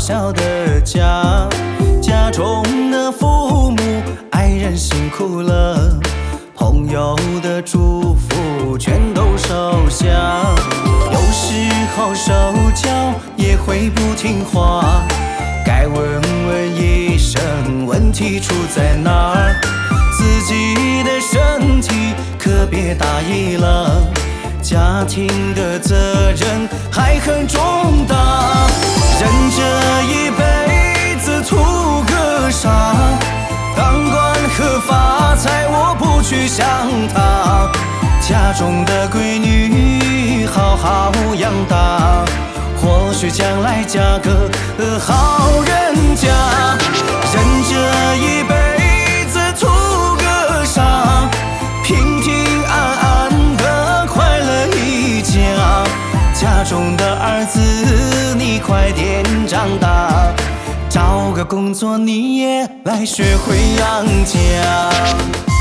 小的家，家中的父母爱人辛苦了，朋友的祝福全都收下。有时候手脚也会不听话，该问问一声问题出在哪儿。自己的身体可别大意了，家庭的责任还很重大。人这一辈子图个啥？当官和发财我不去想它，家中的闺女好好养大，或许将来嫁个好人家。人这一辈子图个啥？平平安安的快乐一家，家中的儿子你快点长大，找个工作你也来学会养家。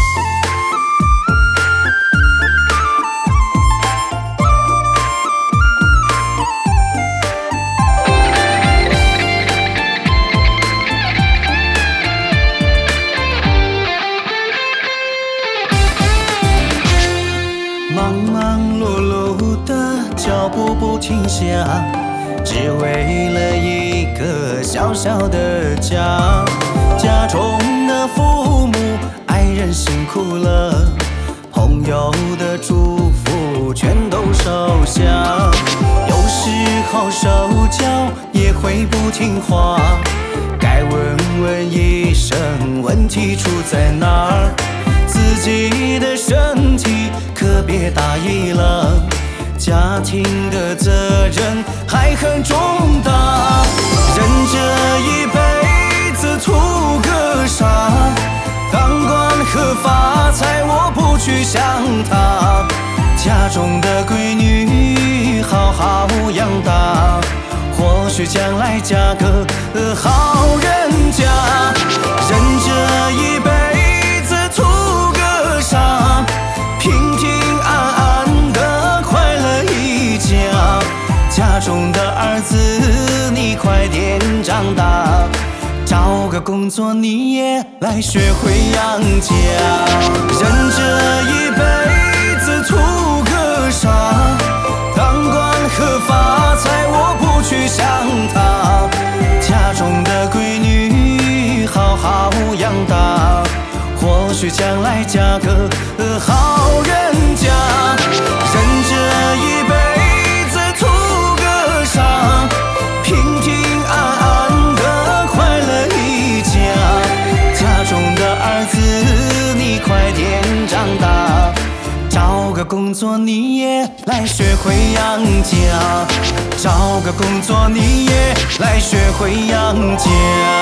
忙忙碌碌的脚步不停下，只为了一个小小的家。家中的父母爱人辛苦了，朋友的祝福全都收下。有时候手脚也会不听话，该问问一声问题出在哪儿。自己的身体可别大意了，家庭的责任还很重大。人这一辈子图个啥？当官和发财我不去想它，家中的闺女好好养大，或许将来嫁个好人家。人这一辈子图个啥？平平安安的快乐一家，家中的儿子你快点长大，找个工作你也来学会养家。人这一辈子图个啥？当官和发财我不去想它，家中的闺女好好养大，或许将来嫁个好人家。人这一辈子图个啥？平平安安的快乐一家，家中的儿子你快点长大，找个工作你也来学会养家，找个工作你也来学会养家。